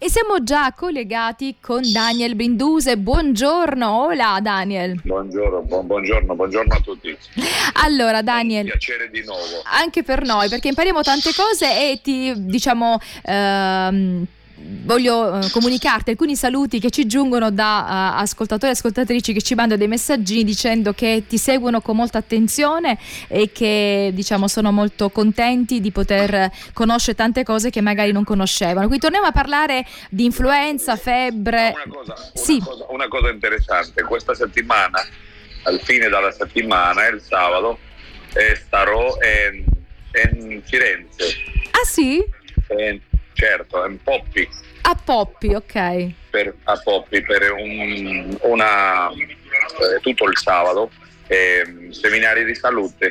E siamo già collegati con Daniel Brinduse. Buongiorno, hola Daniel. Buongiorno a tutti. Allora Daniel, un piacere di nuovo. Anche per noi, perché impariamo tante cose e ti voglio comunicarti alcuni saluti che ci giungono da ascoltatori e ascoltatrici che ci mandano dei messaggini dicendo che ti seguono con molta attenzione e che sono molto contenti di poter conoscere tante cose che magari non conoscevano. Quindi torniamo a parlare di influenza, febbre. Una cosa interessante, questa settimana, al fine della settimana, il sabato, starò in Firenze. Ah sì? Certo, in Poppi. A Poppi, ok. A Poppi per tutto il sabato, seminari di salute.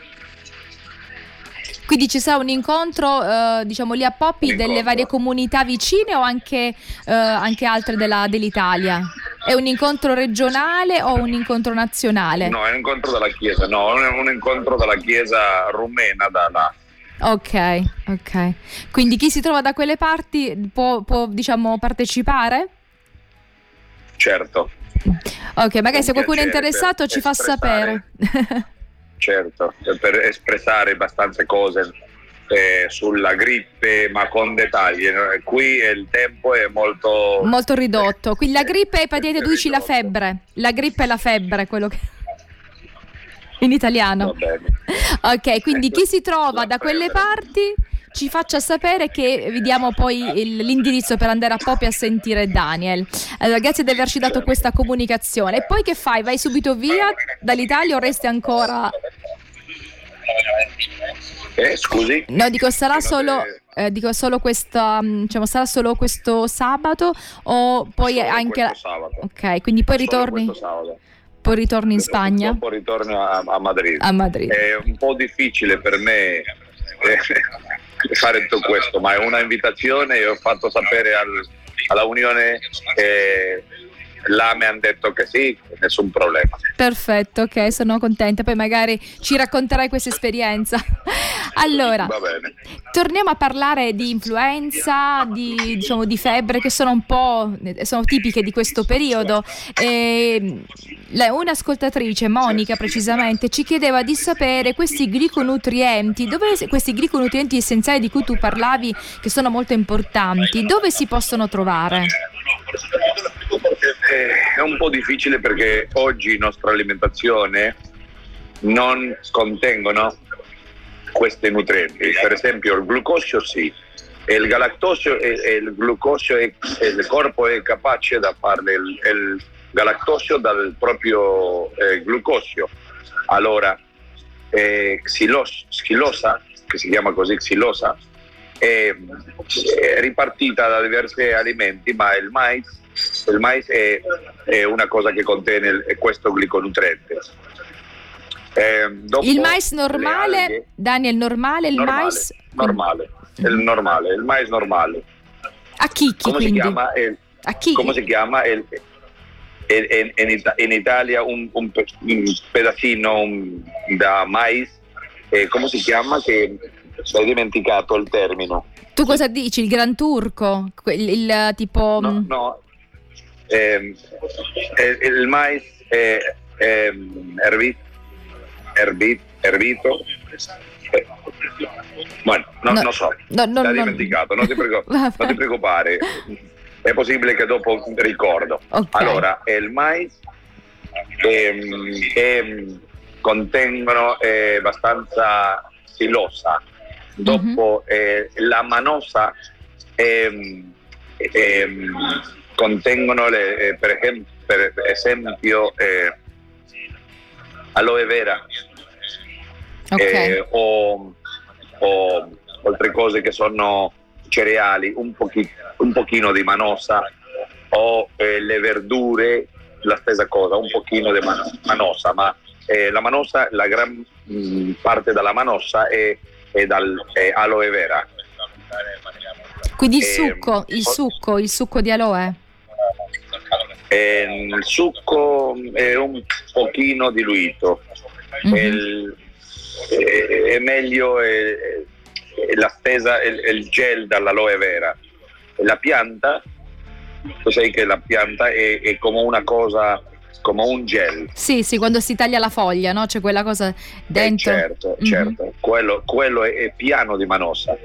Quindi ci sarà un incontro, lì a Poppi delle varie comunità vicine o anche altre dell'Italia? È un incontro regionale o un incontro nazionale? No, è un incontro della Chiesa, è un incontro della Chiesa rumena da là. Ok. Quindi chi si trova da quelle parti può partecipare? Certo. Ok, magari se qualcuno è interessato ci fa sapere. Certo, per espressare abbastanza cose sulla grippe, ma con dettagli. Qui il tempo è molto ridotto. Quindi la grippe è praticamente, tu dici la febbre. La grippe è la febbre, quello che in italiano. Va bene. Ok, quindi chi si trova da quelle parti ci faccia sapere che vi diamo poi l'indirizzo per andare a Poppi a sentire Daniel. Allora, grazie di averci dato questa comunicazione. E poi che fai? Vai subito via dall'Italia o resti ancora? Scusi? No, dico, sarà solo questa, sarà solo questo sabato o poi solo anche sabato. Ok, quindi poi ritorni. Poi ritorni in Spagna? Poi ritorno a Madrid. A Madrid. È un po' difficile per me fare tutto questo, ma è una invitazione e ho fatto sapere alla Unione e là mi hanno detto che sì, nessun problema. Perfetto, ok, sono contenta, poi magari ci racconterai questa esperienza. Allora, va bene. Torniamo a parlare di influenza, di febbre, che sono tipiche di questo periodo. Un'ascoltatrice, Monica precisamente, ci chiedeva di sapere questi gliconutrienti, questi gliconutrienti essenziali di cui tu parlavi, che sono molto importanti, dove si possono trovare? È un po' difficile perché oggi nostra alimentazione non contengono questi nutrienti. Per esempio il glucosio sì, e il galattosio e il glucosio il corpo è capace da fare il galattosio dal proprio glucosio. Allora xilosa, che si chiama così, xilosa, è ripartita da diversi alimenti, ma il mais è una cosa che contiene questo gliconutriente. Il mais normale, Daniel, il mais? Normale, il mais normale. A chicchi, come quindi? Si chiama? Come si chiama? In Italia un pedacino da mais, come si chiama? Che ho dimenticato il termine. Tu cosa dici? Il Gran Turco? Il tipo... No. Il mais è ervito. Bueno, non so, l'ho dimenticato, non ti preoccupare, è possibile che dopo ricordo. Okay. Allora, il mais contengono abbastanza silosa, dopo la manosa contengono per esempio aloe vera. Okay. O altre cose che sono cereali, un pochino di manosa, o le verdure, la stessa cosa, un pochino di manosa, ma la manosa, la gran parte della manosa è aloe vera. Quindi il succo di aloe? Il succo è un pochino diluito. È meglio la stesa, il gel dall'aloe vera, la pianta, tu sai che la pianta è come una cosa, come un gel. Sì, quando si taglia la foglia, no? C'è quella cosa dentro. Certo. Quello è piano di manosa.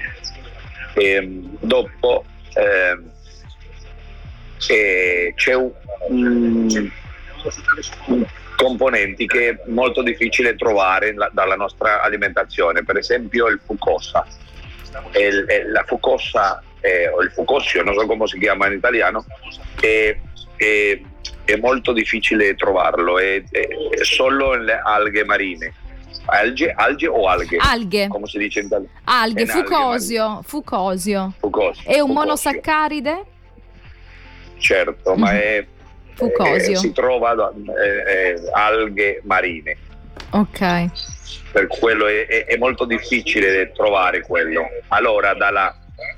Dopo c'è un componenti che è molto difficile trovare dalla nostra alimentazione, per esempio il fucosa. La fucosa o il fucosio, non so come si chiama in italiano, è molto difficile trovarlo, è solo nelle alghe marine. Alghe o alghe? Alghe. Come si dice in italiano? Alghe, fucosio. È un monosaccaride? Certo, ma è fucosio. Si trova alghe marine. Ok. Per quello è molto difficile trovare quello. Allora dalla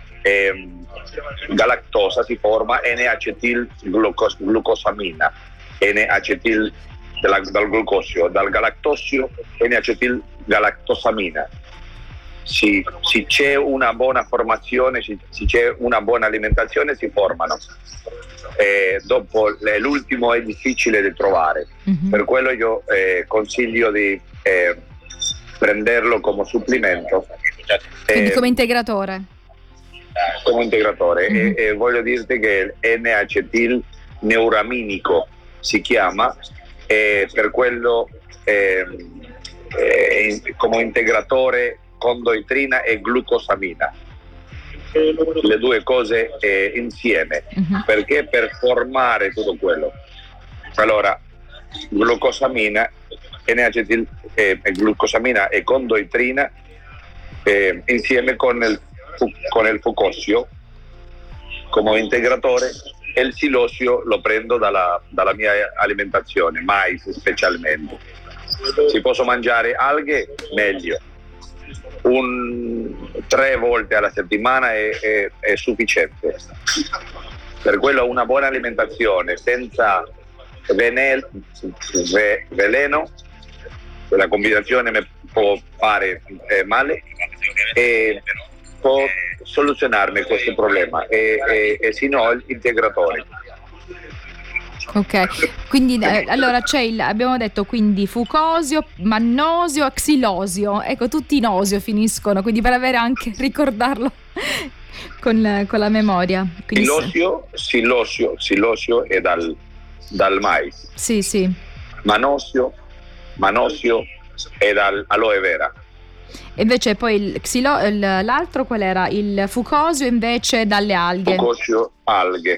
galactosa si forma N-acetilglucosamina, N-acetil dal glucosio, dal galactosio N-acetilgalactosamina. Se c'è una buona formazione, se c'è una buona alimentazione, si formano. Dopo l'ultimo è difficile da trovare, per quello io consiglio di prenderlo come supplemento. Quindi come integratore. E voglio dirti che N-acetil neuraminico si chiama, per quello come integratore condoitrina e glucosamina, le due cose insieme, perché per formare tutto quello. Allora glucosamina, N-acetil glucosamina e condoitrina insieme con il fucosio come integratore, e il silosio lo prendo dalla mia alimentazione, mais specialmente. Si posso mangiare alghe, meglio. 3 volte alla settimana è sufficiente. Per quello una buona alimentazione senza veleno, la combinazione può fare male e può soluzionarmi questo problema, e se no l'integratore. Ok, quindi allora abbiamo detto quindi fucosio, mannosio, xilosio, ecco tutti in osio finiscono, quindi per avere anche, ricordarlo con la memoria. Quindi Silosio è dal mais. Sì. Manosio è dall'aloe vera. E invece poi l'altro qual era? Il fucosio invece dalle alghe. Fucosio, alghe.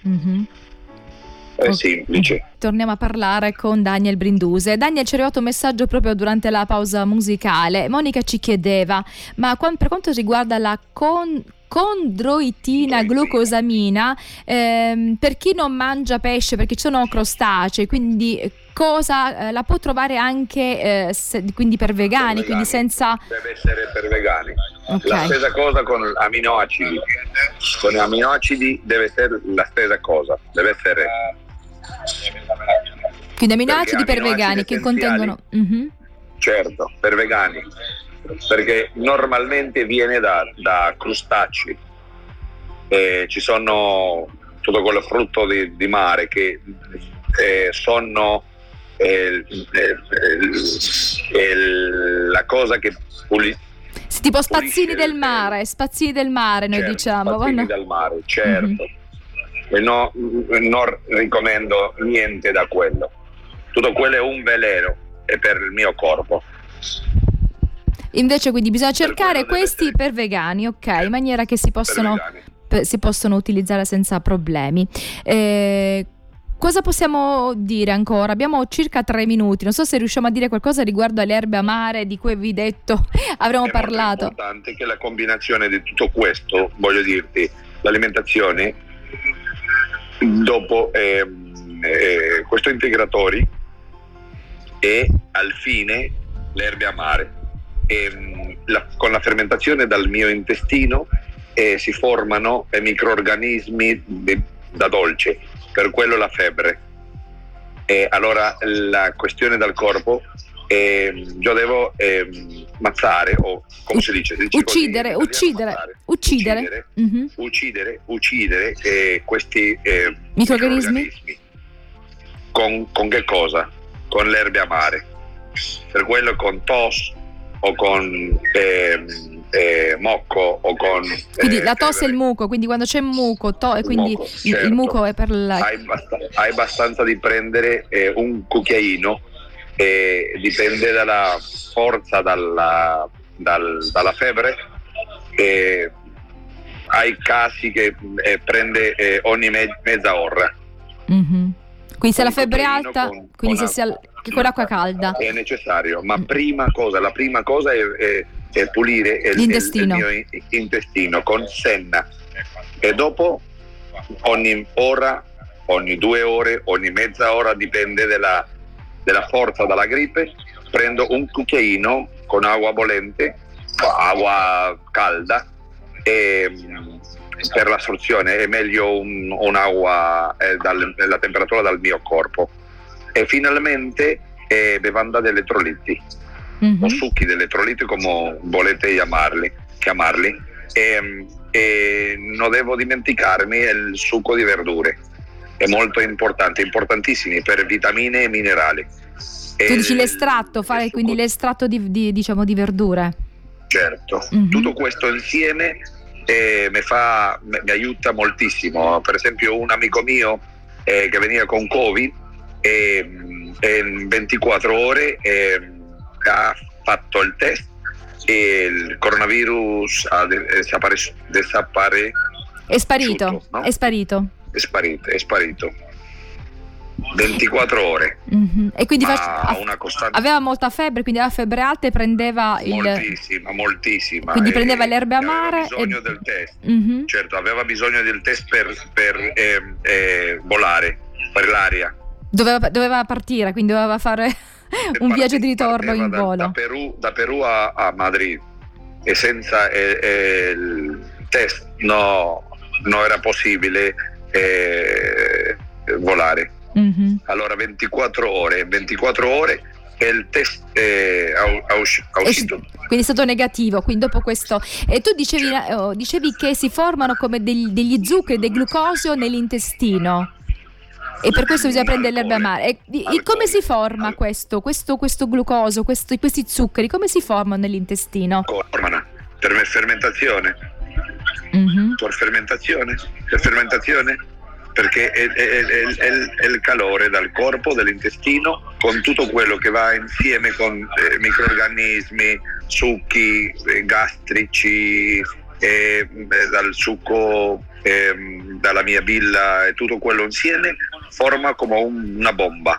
È semplice. Torniamo a parlare con Daniel Brinduse. Daniel, ci è arrivato un messaggio proprio durante la pausa musicale. Monica ci chiedeva, ma per quanto riguarda la condroitina glucosamina, per chi non mangia pesce, perché ci sono crostacei, quindi cosa la può trovare anche quindi per vegani, quindi senza... Deve essere per vegani. Okay. La stessa cosa con aminoacidi. Con aminoacidi deve essere la stessa cosa, deve essere... Quindi aminoacidi per vegani che contengono... Certo, per vegani, perché normalmente viene da crostacei, ci sono tutto quello frutto di mare che sono la cosa che tipo spazzini del mare, noi certo, diciamo. Spazzini del mare, certo. E non ricommendo niente da quello. Tutto quello è un veleno e per il mio corpo. Invece quindi bisogna cercare questi per vegani, ok, in maniera che si possono utilizzare senza problemi. Cosa possiamo dire ancora? Abbiamo circa 3 minuti, non so se riusciamo a dire qualcosa riguardo alle erbe amare di cui vi detto avremmo parlato. È importante che la combinazione di tutto questo, voglio dirti, l'alimentazione dopo questo integratori e al fine le erbe amare. Con la fermentazione dal mio intestino si formano microrganismi da dolce, per quello la febbre. Allora la questione del corpo io devo mazzare, o come si dice? Uccidere questi microrganismi. Con che cosa? Con le erbe amare. Per quello con tos o con mocco o con... Quindi la tosse e il muco, quindi quando c'è muco, quindi muco, certo. Il muco è per la... Hai abbastanza di prendere un cucchiaino, dipende dalla forza, dalla febbre. Hai casi che prende ogni mezza ora. Mm-hmm. Quindi se la febbre è alta, quindi con acqua calda è necessario, ma la prima cosa è pulire l'intestino. Il mio intestino con senna, e dopo ogni ora, ogni 2 ore, ogni mezza ora, dipende della forza della gripe, prendo un cucchiaino con acqua bollente, acqua calda, e per l'assorzione è meglio un'acqua della temperatura del mio corpo, e finalmente bevanda di elettroliti, o succhi di elettroliti come volete chiamarli, e non devo dimenticarmi il succo di verdure, è molto importante, importantissimi per vitamine e minerali. Tu dici l'estratto, fare quindi l'estratto di verdure. Certo, tutto questo insieme mi aiuta moltissimo. Per esempio un amico mio che veniva con Covid, in 24 ore ha fatto il test e il coronavirus è sparito, no? È sparito 24 ore. E quindi aveva molta febbre, quindi aveva febbre alta e prendeva moltissima. Quindi prendeva le erbe amare. Aveva bisogno del test. Certo, aveva bisogno del test per volare, per l'aria. Doveva partire, quindi doveva fare un viaggio di ritorno in volo. Da Perù a Madrid, e senza il test non era possibile volare. Allora 24 ore e il test ha uscito. Quindi è stato negativo. Quindi dopo questo, e tu dicevi che si formano come degli zuccheri, del glucosio nell'intestino, e per questo bisogna prendere l'erba amare. Come si forma questo glucosio, questi zuccheri, come si formano nell'intestino? Formano per fermentazione. Per fermentazione, perché è il calore dal corpo, dell'intestino, con tutto quello che va insieme con microrganismi, succhi gastrici, dal succo dalla mia billa, e tutto quello insieme forma come una bomba.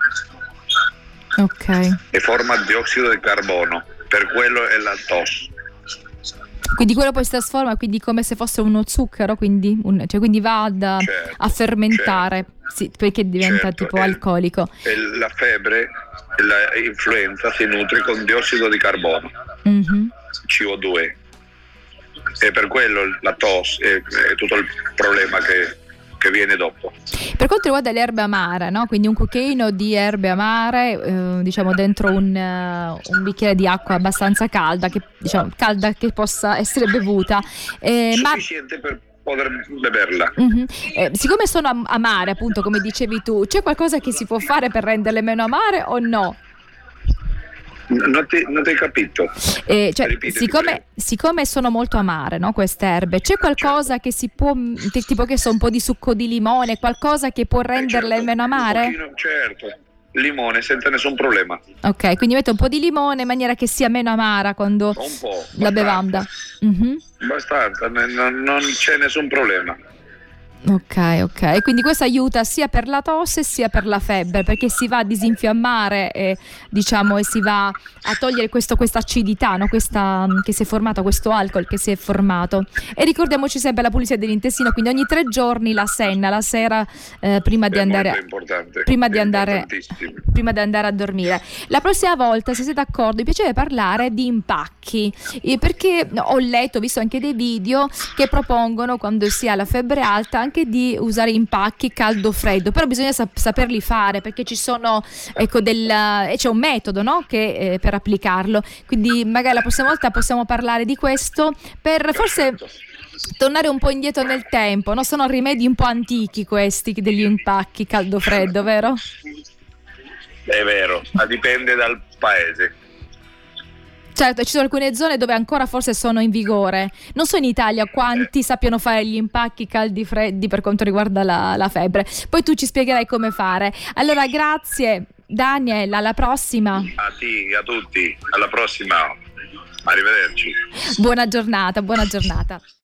Ok. E forma diossido di carbono, per quello è la tos. Quindi quello poi si trasforma, quindi come se fosse uno zucchero, quindi va a fermentare, sì, perché diventa tipo alcolico. La febbre, l'influenza si nutre con diossido di carbono, CO2, e per quello la tos è tutto il problema che viene dopo. Per quanto riguarda le erbe amare, no? Quindi un cucchiaino di erbe amare, dentro un bicchiere di acqua abbastanza calda, che possa essere bevuta. Sufficiente per poter beverla. Siccome sono amare, appunto, come dicevi tu, c'è qualcosa che si può fare per renderle meno amare o no? Non ti hai capito. Siccome sono molto amare, no, queste erbe, c'è qualcosa che si può, tipo che un po' di succo di limone, qualcosa che può renderle meno amare? Certo, limone senza nessun problema. Ok, quindi metto un po' di limone in maniera che sia meno amara quando la bevanda. Abbastanza, non c'è nessun problema. Ok, quindi questo aiuta sia per la tosse sia per la febbre, perché si va a disinfiammare e si va a togliere questa acidità, no? Questa che si è formata, questo alcol che si è formato. E ricordiamoci sempre la pulizia dell'intestino, quindi ogni 3 giorni la senna la sera, prima di andare a dormire. La prossima volta, se siete d'accordo, mi piacerebbe parlare di impacchi, perché ho visto anche dei video che propongono, quando si ha la febbre alta, anche di usare impacchi caldo-freddo, però bisogna saperli fare, perché ci sono, ecco, c'è un metodo, no? Che per applicarlo, quindi magari la prossima volta possiamo parlare di questo per forse tornare un po' indietro nel tempo, no? Sono rimedi un po' antichi questi degli impacchi caldo-freddo, vero? È vero, ma dipende dal paese. Certo, ci sono alcune zone dove ancora forse sono in vigore. Non so in Italia quanti sappiano fare gli impacchi caldi-freddi per quanto riguarda la febbre. Poi tu ci spiegherai come fare. Allora, grazie Daniel, alla prossima. A te, a tutti, alla prossima. Arrivederci. Buona giornata, buona giornata.